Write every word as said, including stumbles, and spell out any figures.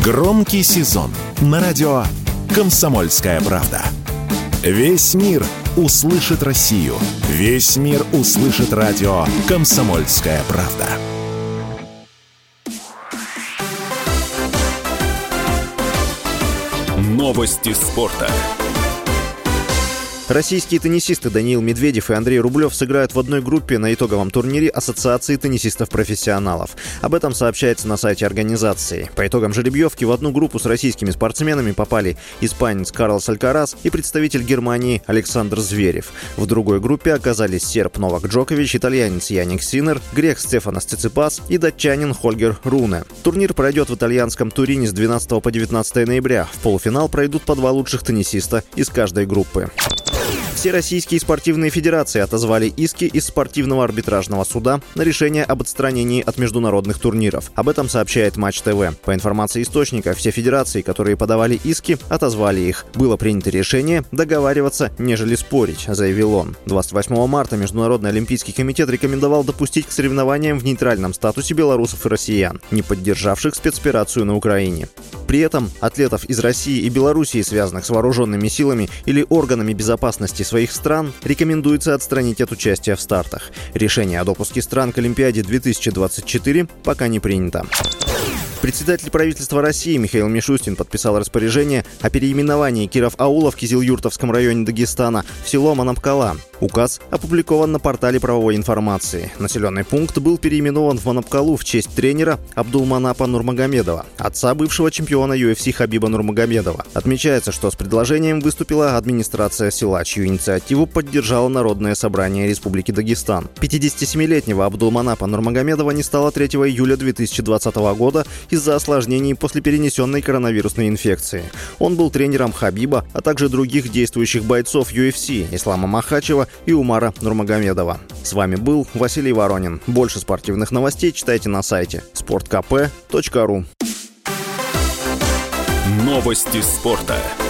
Громкий сезон на радио «Комсомольская правда». Весь мир услышит Россию. Весь мир услышит радио «Комсомольская правда». Новости спорта. Российские теннисисты Даниил Медведев и Андрей Рублев сыграют в одной группе на итоговом турнире Ассоциации теннисистов-профессионалов. Об этом сообщается на сайте организации. По итогам жеребьевки в одну группу с российскими спортсменами попали испанец Карлос Алькарас и представитель Германии Александр Зверев. В другой группе оказались серб Новак Джокович, итальянец Яник Синнер, грек Стефанос Циципас и датчанин Хольгер Руне. Турнир пройдет в итальянском Турине с двенадцатого по девятнадцатое ноября. В полуфинал пройдут по два лучших теннисиста из каждой группы. Все российские спортивные федерации отозвали иски из спортивного арбитражного суда на решение об отстранении от международных турниров. Об этом сообщает Матч ТВ. По информации источника, все федерации, которые подавали иски, отозвали их. Было принято решение договариваться, нежели спорить, заявил он. двадцать восьмого марта Международный олимпийский комитет рекомендовал допустить к соревнованиям в нейтральном статусе белорусов и россиян, не поддержавших спецоперацию на Украине. При этом атлетов из России и Белоруссии, связанных с вооруженными силами или органами безопасности своих стран, рекомендуется отстранить от участия в стартах. Решение о допуске стран к Олимпиаде две тысячи двадцать четыре пока не принято. Председатель правительства России Михаил Мишустин подписал распоряжение о переименовании Киров-аула в Кизил-Юртовском районе Дагестана в село Манапкала. Указ опубликован на портале правовой информации. Населенный пункт был переименован в Манапкалу в честь тренера Абдулманапа Нурмагомедова, отца бывшего чемпиона ю эф си Хабиба Нурмагомедова. Отмечается, что с предложением выступила администрация села, чью инициативу поддержало Народное собрание Республики Дагестан. пятидесятисемилетнего Абдулманапа Нурмагомедова не стало третьего июля две тысячи двадцатого года из-за осложнений после перенесенной коронавирусной инфекции. Он был тренером Хабиба, а также других действующих бойцов ю эф си Ислама Махачева и Умара Нурмагомедова. С вами был Василий Воронин. Больше спортивных новостей читайте на сайте спорт ка пэ точка ру. Новости спорта.